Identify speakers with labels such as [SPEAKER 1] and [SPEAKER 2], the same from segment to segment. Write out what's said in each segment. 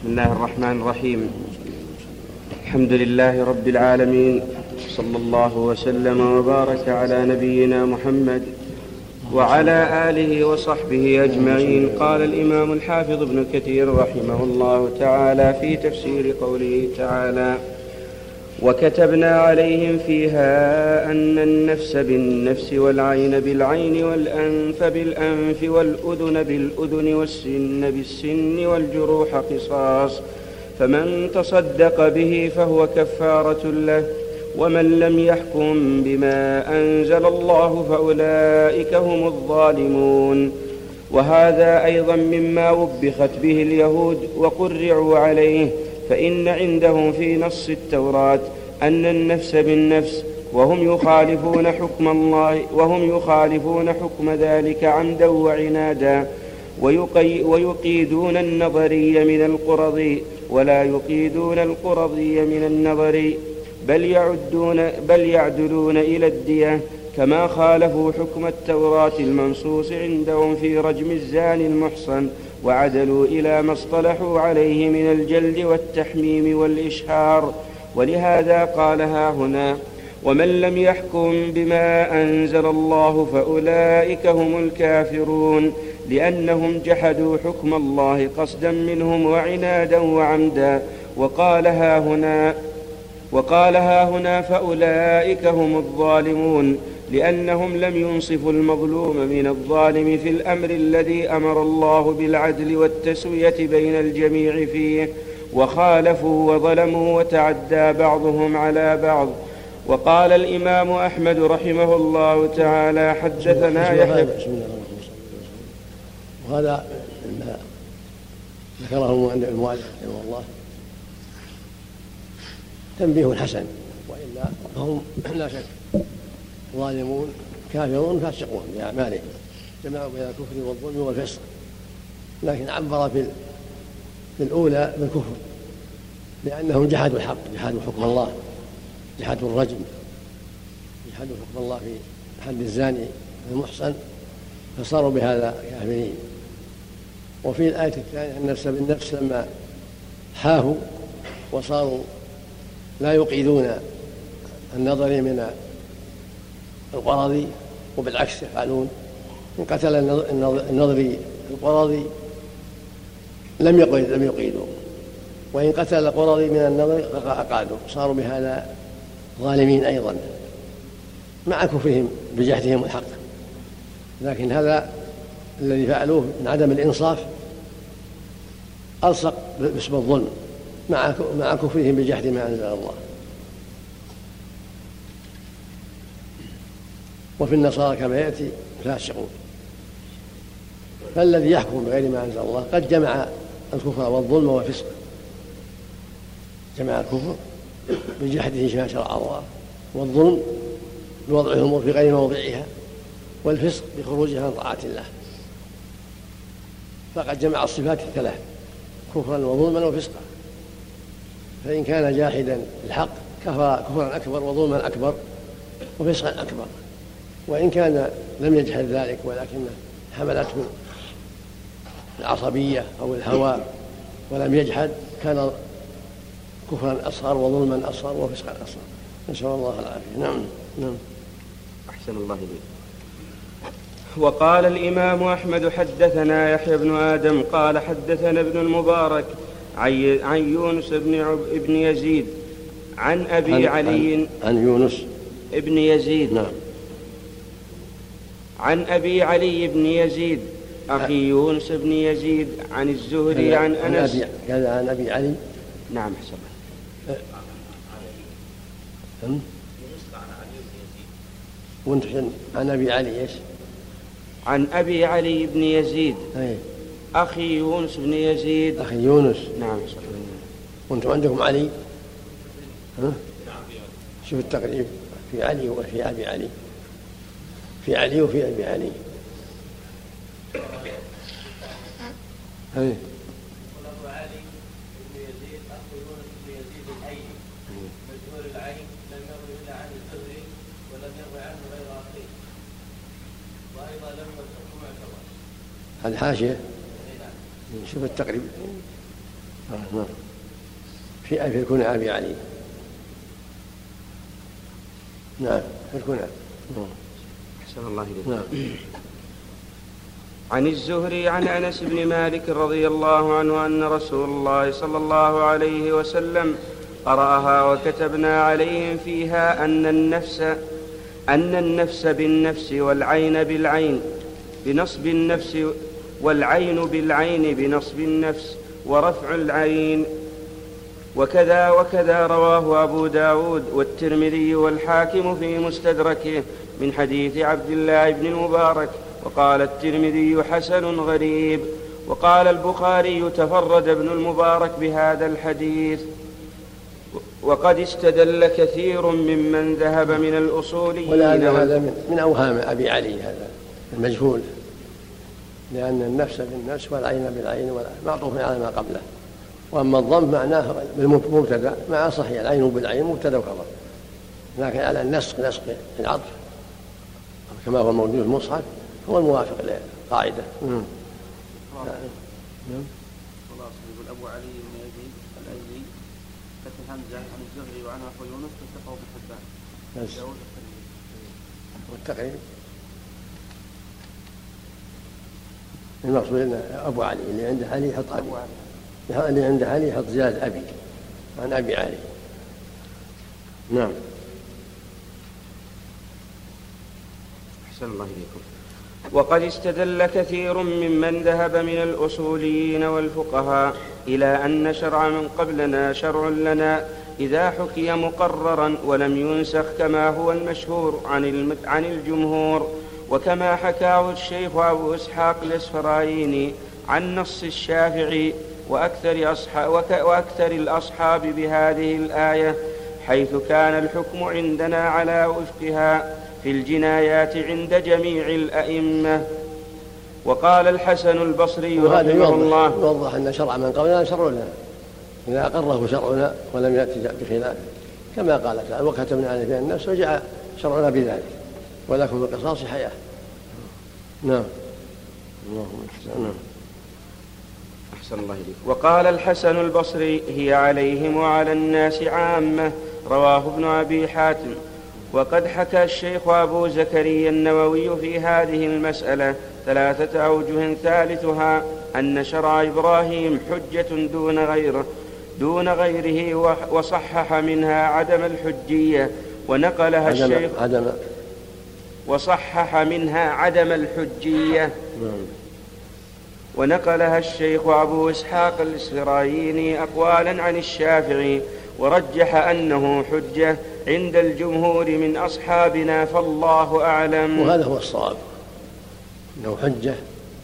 [SPEAKER 1] بسم الله الرحمن الرحيم. الحمد لله رب العالمين، صلى الله وسلم وبارك على نبينا محمد وعلى آله وصحبه أجمعين. قال الإمام الحافظ ابن كثير رحمه الله تعالى في تفسير قوله تعالى: وكتبنا عليهم فيها أن النفس بالنفس والعين بالعين والأنف بالأنف والأذن بالأذن والسن بالسن والجروح قصاص، فمن تصدق به فهو كفارة له، ومن لم يحكم بما أنزل الله فأولئك هم الظالمون. وهذا أيضا مما وبخت به اليهود وقرعوا عليه، فإن عندهم في نص التوراة أن النفس بالنفس، وهم يخالفون حكم ذلك عمدا وعنادا، ويقيدون النظري من القرضي ولا يقيدون القرضي من النظري، بل يعدلون إلى الدية، كما خالفوا حكم التوراة المنصوص عندهم في رجم الزاني المحصن، وعدلوا إلى ما اصطلحوا عليه من الجلد والتحميم والإشهار. ولهذا قال هاهنا: ومن لم يحكم بما أنزل الله فأولئك هم الكافرون، لأنهم جحدوا حكم الله قصدا منهم وعنادا وعمدا. وقال هاهنا فأولئك هم الظالمون، لأنهم لم ينصفوا المظلوم من الظالم في الأمر الذي أمر الله بالعدل والتسوية بين الجميع فيه، وخالفوا وظلموا وتعدى بعضهم على بعض. وقال الإمام أحمد رحمه الله تعالى: حدثنا يحيى.
[SPEAKER 2] وهذا ما ذكره المؤلف رحمه الله تنبيه حسن، وإلا فهم لا شك ظالمون كافرون فاسقون بأعمالهم، جمعوا بين الكفر والظلم والفسق، لكن عبر في الأولى بالكفر، لأنهم جحدوا الحق، جحدوا حكم الله، جحدوا الرجم، جحدوا حكم الله في حد الزاني المحصن، فصاروا بهذا كافرين. وفي الآية الثانية النفس بالنفس، لما حاهوا وصاروا لا يقيدون النظر من القراضي، وبالعكس يفعلون، إن قتل النظري القراضي لم يقيدوا، وإن قتل القراضي من النظر أقادوا، صاروا بهذا ظالمين أيضا مع كفرهم بجحدهم الحق. لكن هذا الذي فعلوه من عدم الإنصاف ألصق باسم الظلم مع كفرهم بجحد ما أنزل الله. وفي النصارى كما يأتي فاسقون، فالذي يحكم بغير ما أنزل الله قد جمع الكفر والظلم والفسق، جمع الكفر بجحده ما شرع الله، والظلم بوضع الأمور في غير موضعها، والفسق بخروجها عن طاعة الله، فقد جمع الصفات الثلاث: كفرا وظلما وفسقا. فإن كان جاحدا الحق كفر كفرا أكبر وظلما أكبر وفسقا أكبر، وإن كان لم يجحد ذلك ولكنه حملته العصبية أو الهوى ولم يجحد، كان كفرا أصغر وظلما أصغر وفسقا أصغر، نسأل الله العافية. نعم.
[SPEAKER 1] أحسن الله إليك. وقال الإمام أحمد: حدثنا يحيى بن آدم قال حدثنا ابن المبارك عن يونس بن يزيد عن أبي علي
[SPEAKER 2] عن يونس
[SPEAKER 1] ابن يزيد.
[SPEAKER 2] نعم.
[SPEAKER 1] عن أبي علي بن يزيد أخي يونس بن يزيد عن الزهري عن أنس.
[SPEAKER 2] كذا عن أبي علي.
[SPEAKER 1] نعم حسنا.
[SPEAKER 2] وانت عن أبي علي إيش؟
[SPEAKER 1] عن أبي علي بن يزيد
[SPEAKER 2] أي.
[SPEAKER 1] أخي يونس بن يزيد.
[SPEAKER 2] أخي يونس.
[SPEAKER 1] نعم.
[SPEAKER 2] وانتم عندكم علي؟ ها؟ شوف التقريب، في علي وفي أبي علي، في علي وفي أبي علي. هاي. هذه حاشية، شوف التقريب نعم. في الكنى أبي علي. نعم في الكنى.
[SPEAKER 1] أحسن الله إليك.
[SPEAKER 2] نعم.
[SPEAKER 1] عن الزهري عن أنس بن مالك رضي الله عنه أن رسول الله صلى الله عليه وسلم قرأها وكتبنا عليهم فيها أن النفس بالنفس والعين بالعين بنصب النفس والعين بالعين بنصب النفس ورفع العين وكذا وكذا رواه أبو داود والترمذي والحاكم في مستدركه من حديث عبد الله بن المبارك. وقال الترمذي حسن غريب. وقال البخاري تفرد ابن المبارك بهذا الحديث. وقد استدل كثير ممن ذهب من الأصوليين.
[SPEAKER 2] هذا من أوهام أبي علي هذا المجهول، لأن النفس بالنفس والعين بالعين معطوف على ما قبله. وأما الضم معناه بالمبتدا مع صحيح العين بالعين مبتدا وخبر، لكن على النسق نسق العطف كما هو موجود في المصحف هو الموافق للقاعدة.
[SPEAKER 3] خلاص يقول أبو علي بن يزيد الأيلي فتح همزة عن الزهري وعن أخو يونس وثقه بن حبان
[SPEAKER 2] والتقريب. المقصود أن أبو علي اللي عنده علي يحط أبي، اللي عنده علي يحط زياد أبي عن أبي علي. نعم.
[SPEAKER 1] أحسن الله إليكم. وقد استدل كثير ممن ذهب من الأصوليين والفقهاء إلى أن شرع من قبلنا شرع لنا إذا حكي مقررا ولم ينسخ كما هو المشهور عن الجمهور، وكما حكاه الشيخ أبو إسحاق الإسفرايني عن نص الشافعي وأكثر الأصحاب بهذه الآية، حيث كان الحكم عندنا على وفقها في الجنايات عند جميع الأئمة. وقال الحسن البصري رحمه الله
[SPEAKER 2] يوضح أن شرع من قبلنا شرع لنا إذا أقره شرعنا ولم يأتي بخلافه، كما قال تعالى وكتبنا عليه فيها النفس وجاء شرعنا بذلك ولكم في القصاص حياة. نعم.
[SPEAKER 1] أحسن الله إليك. وقال الحسن البصري هي عليهم وعلى الناس عامة، رواه ابن أبي حاتم. وقد حكى الشيخ أبو زكريا النووي في هذه المسألة 3 أوجه، ثالثها أن شرع إبراهيم حجة دون غيره وصحح منها عدم الحجية ونقلها الشيخ وصحح منها عدم الحجية ونقلها الشيخ أبو إسحاق الإسفرايني أقوالا عن الشافعي ورجح أنه حجة عند الجمهور من أصحابنا، فالله أعلم.
[SPEAKER 2] وهذا هو الصواب، أنه حجة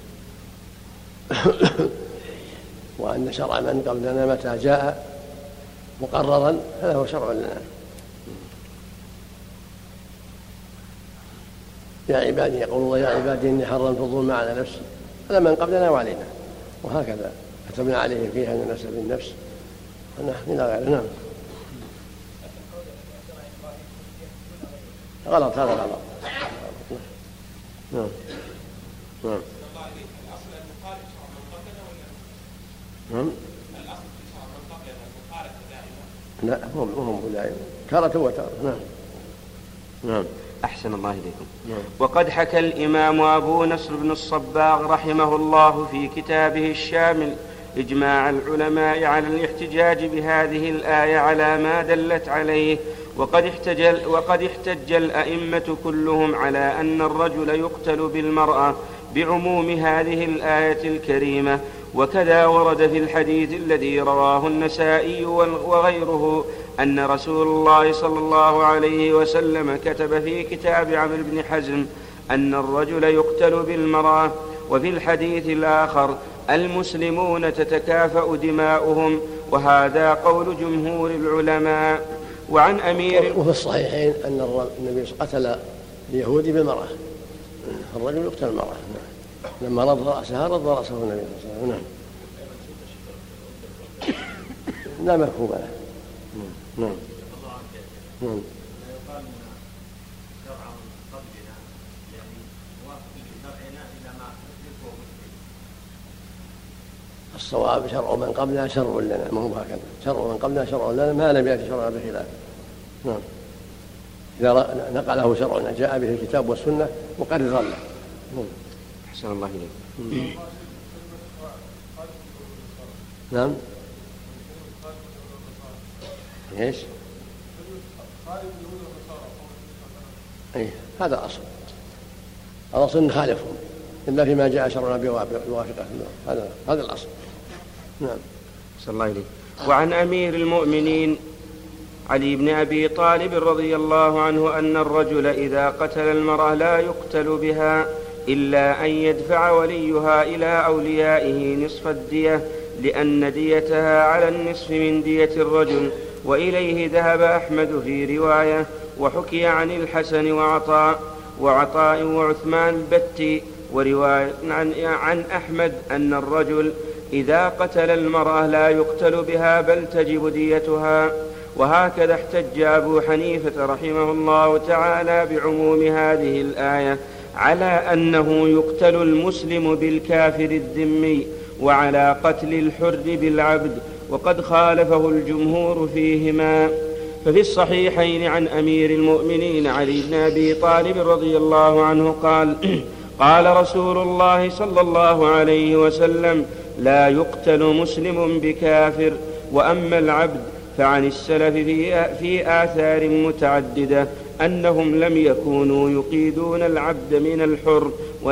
[SPEAKER 2] وأن شرع من قبلنا متى جاء مقررا هذا هو شرع لنا. يا عبادي يقول الله يا عبادي إني حرمت الظلم على نفسي، هذا من قبلنا وعلينا، وهكذا كتبنا عليهم فيها أن النفس بالنفس ونحن إلى غيره. نعم. غلط، هذا غلط. نعم. نعم. نعم. لا هم دائما تارة وتارة. نعم. نعم.
[SPEAKER 1] أحسن الله إليكم.
[SPEAKER 2] نعم.
[SPEAKER 1] وقد حكى الإمام أبو نصر بن الصباغ رحمه الله في كتابه الشامل إجماع العلماء على الاحتجاج بهذه الآية على ما دلت عليه، وقد احتج الأئمة كلهم على أن الرجل يقتل بالمرأة بعموم هذه الآية الكريمة، وكذا ورد في الحديث الذي رواه النسائي وغيره أن رسول الله صلى الله عليه وسلم كتب في كتاب عمرو بن حزم أن الرجل يقتل بالمرأة. وفي الحديث الآخر المسلمون تتكافأ دماؤهم، وهذا قول جمهور العلماء. وعن أمير
[SPEAKER 2] وفي الصحيحين أن النبي قتل اليهودي بالمرأة، الرجل يقتل المرأة لما رض رأسها رض رأسه النبي صلى الله عليه وسلم. لا مفهوم له. نعم. نعم. الصواب شرع من قبلنا شر لنا، ما هو هكذا، شرع من قبلنا شرع لنا ما لم يأتي شرعنا بخلاف. نعم، إذا نقله شرعنا جاء به الكتاب والسنة مقررا له.
[SPEAKER 1] أحسن الله إليك.
[SPEAKER 2] نعم. ايش؟ هذا الأصل، الأصل نخالفهم إلا فيما جاء شرعنا بوافقه، هذا الأصل. نعم.
[SPEAKER 1] أحسن الله إليك. وعن أمير المؤمنين علي بن أبي طالب رضي الله عنه أن الرجل إذا قتل المرأة لا يقتل بها إلا أن يدفع وليها إلى أوليائه نصف الدية، لأن ديتها على النصف من دية الرجل، وإليه ذهب أحمد في رواية، وحكي عن الحسن وعطاء وعثمان البتي ورواية عن أحمد أن الرجل إذا قتل المرأة لا يقتل بها بل تجب ديتها. وهكذا احتج أبو حنيفة رحمه الله تعالى بعموم هذه الآية على أنه يقتل المسلم بالكافر الذمي، وعلى قتل الحر بالعبد، وقد خالفه الجمهور فيهما. ففي الصحيحين عن أمير المؤمنين علي بن أبي طالب رضي الله عنه قال رسول الله صلى الله عليه وسلم: لا يقتل مسلم بكافر. وأما العبد فعن السلف في آثار متعددة أنهم لم يكونوا يقيدون العبد من الحر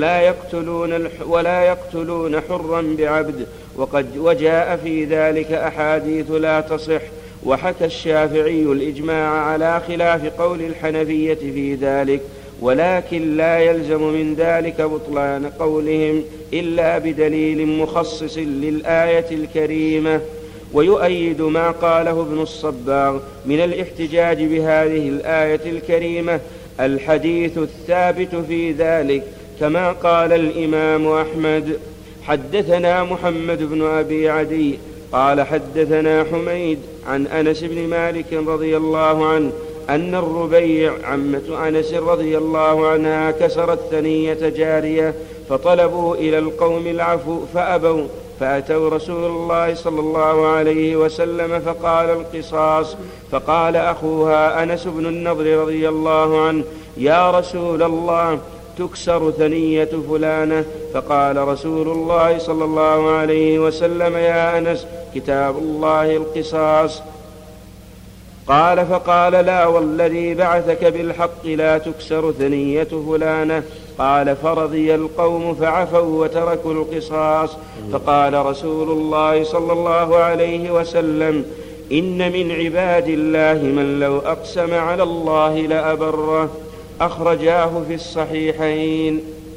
[SPEAKER 1] ولا يقتلون حرا بعبد، وجاء في ذلك أحاديث لا تصح. وحكى الشافعي الإجماع على خلاف قول الحنفية في ذلك، ولكن لا يلزم من ذلك بطلان قولهم إلا بدليل مخصص للآية الكريمة. ويؤيد ما قاله ابن الصباغ من الاحتجاج بهذه الآية الكريمة الحديث الثابت في ذلك، كما قال الإمام أحمد: حدثنا محمد بن أبي عدي قال حدثنا حميد عن أنس بن مالك رضي الله عنه أن الربيع عمة أنس رضي الله عنها كسرت ثنية جارية، فطلبوا إلى القوم العفو فأبوا، فأتوا رسول الله صلى الله عليه وسلم فقال القصاص. فقال أخوها أنس بن النضر رضي الله عنه: يا رسول الله، تكسر ثنية فلانة. فقال رسول الله صلى الله عليه وسلم: يا أنس، كتاب الله القصاص. قال: فقال: لا والذي بعثك بالحق لا تكسر ثنية فلانة. قال: فرضي القوم فعفوا وتركوا القصاص. فقال رسول الله صلى الله عليه وسلم: إن من عباد الله من لو أقسم على الله لأبره. أخرجاه في الصحيحين.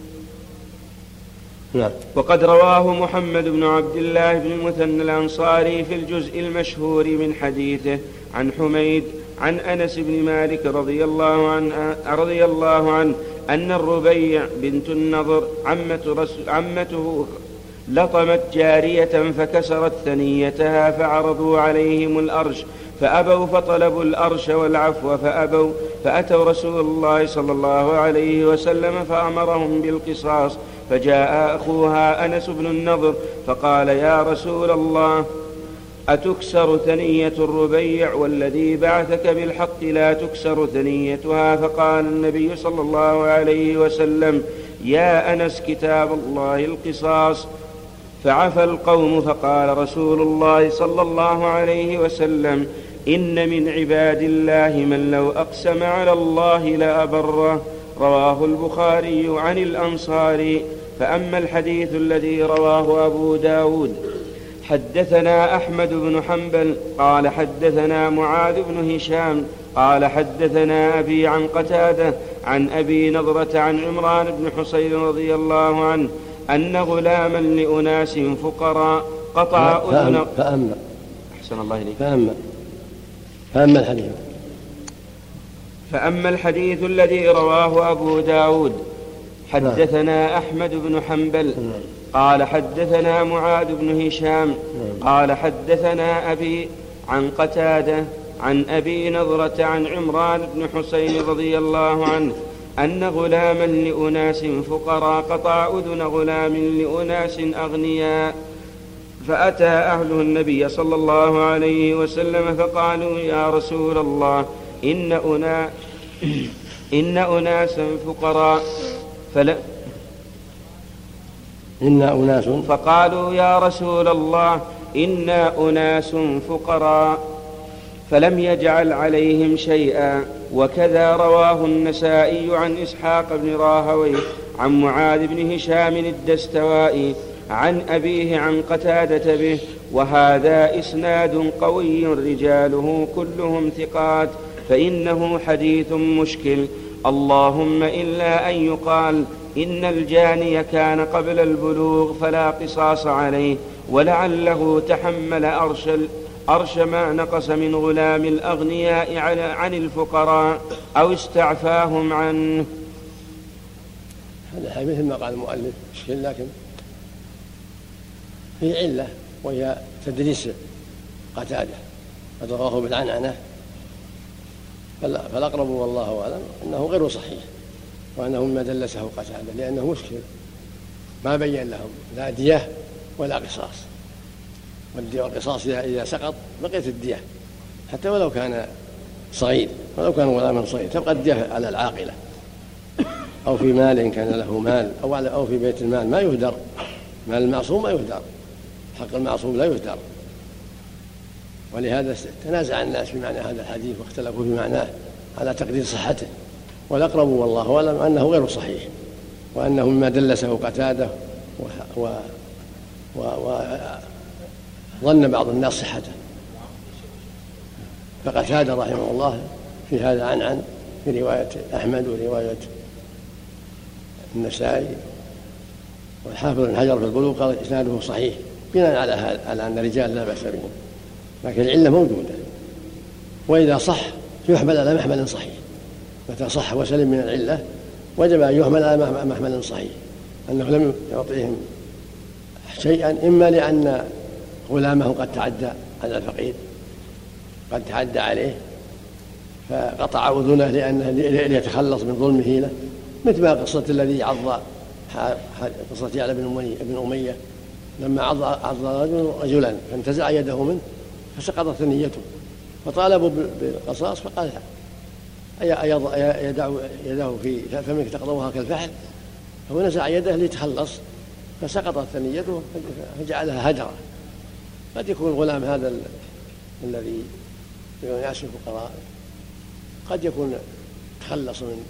[SPEAKER 1] وقد رواه محمد بن عبد الله بن المثنى الأنصاري في الجزء المشهور من حديثه عن حميد عن أنس بن مالك رضي الله عنه أن الربيع بنت النضر عمته لطمت جارية فكسرت ثنيتها، فعرضوا عليهم الأرش فأبوا، فطلبوا الأرش والعفو فأبوا، فأتوا رسول الله صلى الله عليه وسلم فأمرهم بالقصاص. فجاء أخوها أنس بن النضر فقال: يا رسول الله، أتكسر ثنية الربيع والذي بعثك بالحق لا تكسر ثنيتها؟ فقال النبي صلى الله عليه وسلم: يا أنس، كتاب الله القصاص. فعفى القوم. فقال رسول الله صلى الله عليه وسلم: إن من عباد الله من لو أقسم على الله لأبره. رواه البخاري عن الأنصاري. فأما الحديث الذي رواه أبو داود: حدثنا أحمد بن حنبل قال حدثنا معاذ بن هشام قال حدثنا أبي عن قتادة عن أبي نضرة عن عمران بن حصين رضي الله عنه أن غلاما لأناس فقراء قطع أذن. أحسن الله إليك. فأما الحديث الذي رواه أبو داود: حدثنا أحمد بن حنبل قال حدثنا معاذ بن هشام قال حدثنا أبي عن قتادة عن أبي نضرة عن عمران بن حصين رضي الله عنه أن غلاما لأناس فقراء قطع أذن غلام لأناس أغنياء، فأتى أهله النبي صلى الله عليه وسلم فقالوا يا رسول الله إن أناسا فقراء فقالوا يا رسول الله إنا أناس فقراء فلم يجعل عليهم شيئا. وكذا رواه النسائي عن إسحاق بن راهويه عن معاذ بن هشام الدستوائي عن أبيه عن قتادة به، وهذا إسناد قوي رجاله كلهم ثقات، فإنه حديث مشكل، اللهم إلا أن يقال إن الجاني كان قبل البلوغ فلا قصاص عليه، ولعله تحمل أرش ما نقص من غلام الأغنياء عن الفقراء أو استعفاهم عنه.
[SPEAKER 2] هذا مثل ما قال المؤلف، لكن في علة وهي تدريس قتادة قد رواه بالعنعنة، فالأقرب والله أعلم أنه غير صحيح، وأنه مما دلسه قتادة، لأنه مشكل ما بين لهم لا دية ولا قصاص، والقصاص إذا سقط بقيت الدية حتى ولو كان صغير، ولو كان غلاما صغير تبقى الدية على العاقلة، أو في مال إن كان له مال، أو في بيت المال ما يهدر، مال المعصوم ما يهدر، حق المعصوم لا يهدر. ولهذا تنازع الناس في معنى هذا الحديث واختلفوا في معناه على تقدير صحته، والأقرب والله أعلم أنه غير صحيح، وأنه مما دلسه قتادة وظن بعض الناس صحته. فقتادة رحمه الله في هذا عن في رواية أحمد ورواية النسائي، والحافظ بن حجر في البلوغ قال إسناده صحيح بناء على أن الرجال لا بأس بهم، لكن العلة موجودة، وإذا صح يحمل على محمل صحيح. متى صح وسلم من العلة وجب أن يحمل على محمل صحيح، أنه لم يعطيهم شيئا، إما لأن غلامه قد تعدى على الفقير، قد تعدى عليه فقطع أذنه ليتخلص من ظلمه له، مثل ما قصة الذي عض قصة يعلى بن أمية لما عض رجلا فانتزع يده منه فسقطت ثنيته، فطالبوا بالقصاص فقال يده في فمك تقضوها كالفحل، فهو نزع يده ليتخلص فسقطت ثنيته فجعلها هدرة. قد يكون الغلام هذا الذي يعيش الفقراء قد يكون تخلص من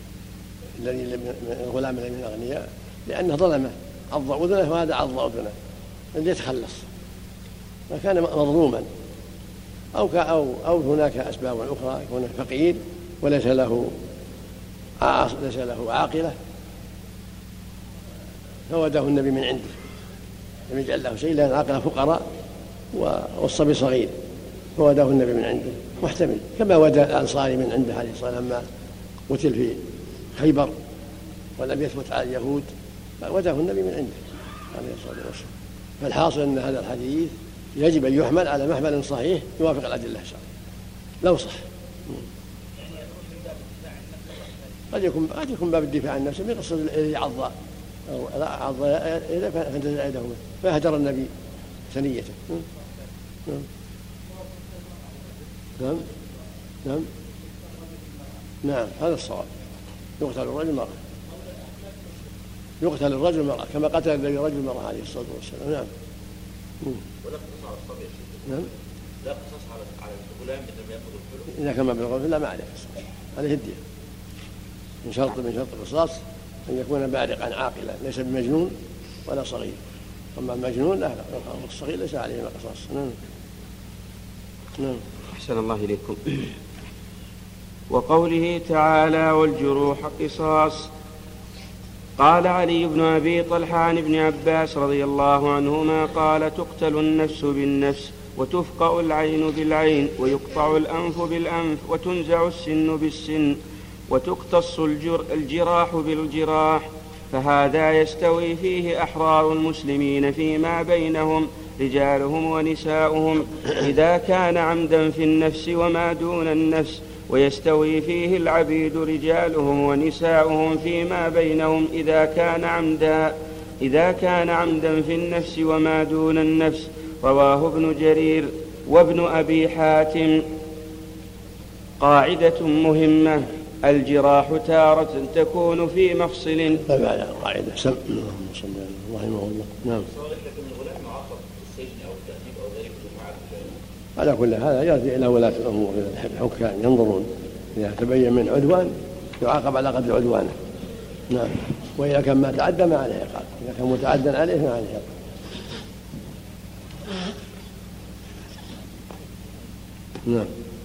[SPEAKER 2] الغلام الذي من الأغنياء لأنه ظلمه، عض أذنه وهذا عض أذنه ليتخلص، فكان مظلوما، أو هناك أسباب أخرى، يكون فقير وليس له عاقلة فوداه النبي من عنده، لم يجعل له شيء، لأن العاقلة فقراء والصبي صغير، فوداه النبي من عنده محتمل، كما ودى الأنصاري من عنده عليه الصلاة والسلام لما قتل في خيبر ولم يثبت على اليهود فوداه النبي من عنده عليه الصلاة والسلام. فالحاصل أن هذا الحديث يجب أن يحمل على محمل صحيح يوافق الأدلة الشرعية لو صح. قد يكون باب الدفاع عن نفسه بقصة الذي عض يده فانتزع يده منه فهدر النبي ثنيته. نعم هذا الصواب، يقتل الرجل المرأة، يقتل الرجل المرأة كما قتل النبي رجل المرأة عليه الصلاة والسلام. نعم.
[SPEAKER 4] ولا قصاص على الصبي.
[SPEAKER 2] نعم.
[SPEAKER 4] لا قصاص على الغلام إذا يأخذ الحلم.
[SPEAKER 2] إذا كان ما بلغ لا ما عليه قصاص، هذه الدية. من شرط القصاص أن يكون بالغا عاقلا ليس بمجنون ولا صغير، أما المجنون لا الصغير ليس عليه قصاص. نعم.
[SPEAKER 1] أحسن الله إليكم. وقوله تعالى والجروح قصاص، قال علي بن أبي طلحة عن ابن عباس رضي الله عنهما قال تقتل النفس بالنفس وتفقأ العين بالعين ويقطع الأنف بالأنف وتنزع السن بالسن وتقتص الجراح بالجراح، فهذا يستوي فيه أحرار المسلمين فيما بينهم رجالهم ونساؤهم إذا كان عمدا في النفس وما دون النفس، ويستوي فيه العبيد رجالهم ونساؤهم فيما بينهم إذا كان عمدا، إذا كان عمدا في النفس وما دون النفس. رواه ابن جرير وابن أبي حاتم. قاعدة مهمة: الجراح تارة تكون في مفصل.
[SPEAKER 2] فبعد قاعدة سم اللهم صل على رحمه الله. نعم. على كل هذا يرجع إلى ولاة الأمور، إلى الحكام ينظرون، إذا تبين من عدوان يعاقب على قدر عدوانه. نعم. وإذا كان ما تعدى ما عليه عقاب، إذا كان متعدى عليه ما عليه عقاب. نعم.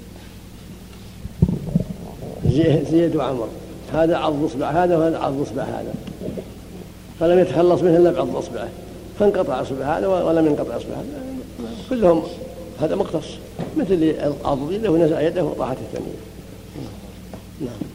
[SPEAKER 2] زيد وعمر، هذا عض اصبع هذا وهذا عض اصبع هذا، فلم يتخلص منه الا بعض اصبعه، فانقطع اصبع هذا ولم ينقطع اصبع هذا، كلهم هذا مقتص، مثل اللي عض يده ونزع يده وطاحت الثانيه. نعم.